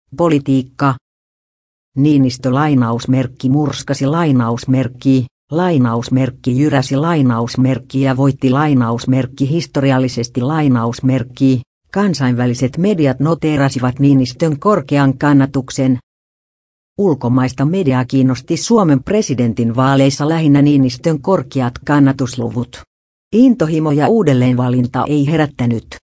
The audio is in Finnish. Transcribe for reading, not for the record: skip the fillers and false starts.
Politiikka. Niinistö --murskasi --, jyräsi ja voitti historiallisesti --. Kansainväliset mediat noteerasivat Niinistön korkean kannatuksen. Ulkomaista mediaa kiinnosti Suomen presidentinvaaleissa lähinnä Niinistön korkeat kannatusluvut. Intohimo ja uudelleenvalinta ei herättänyt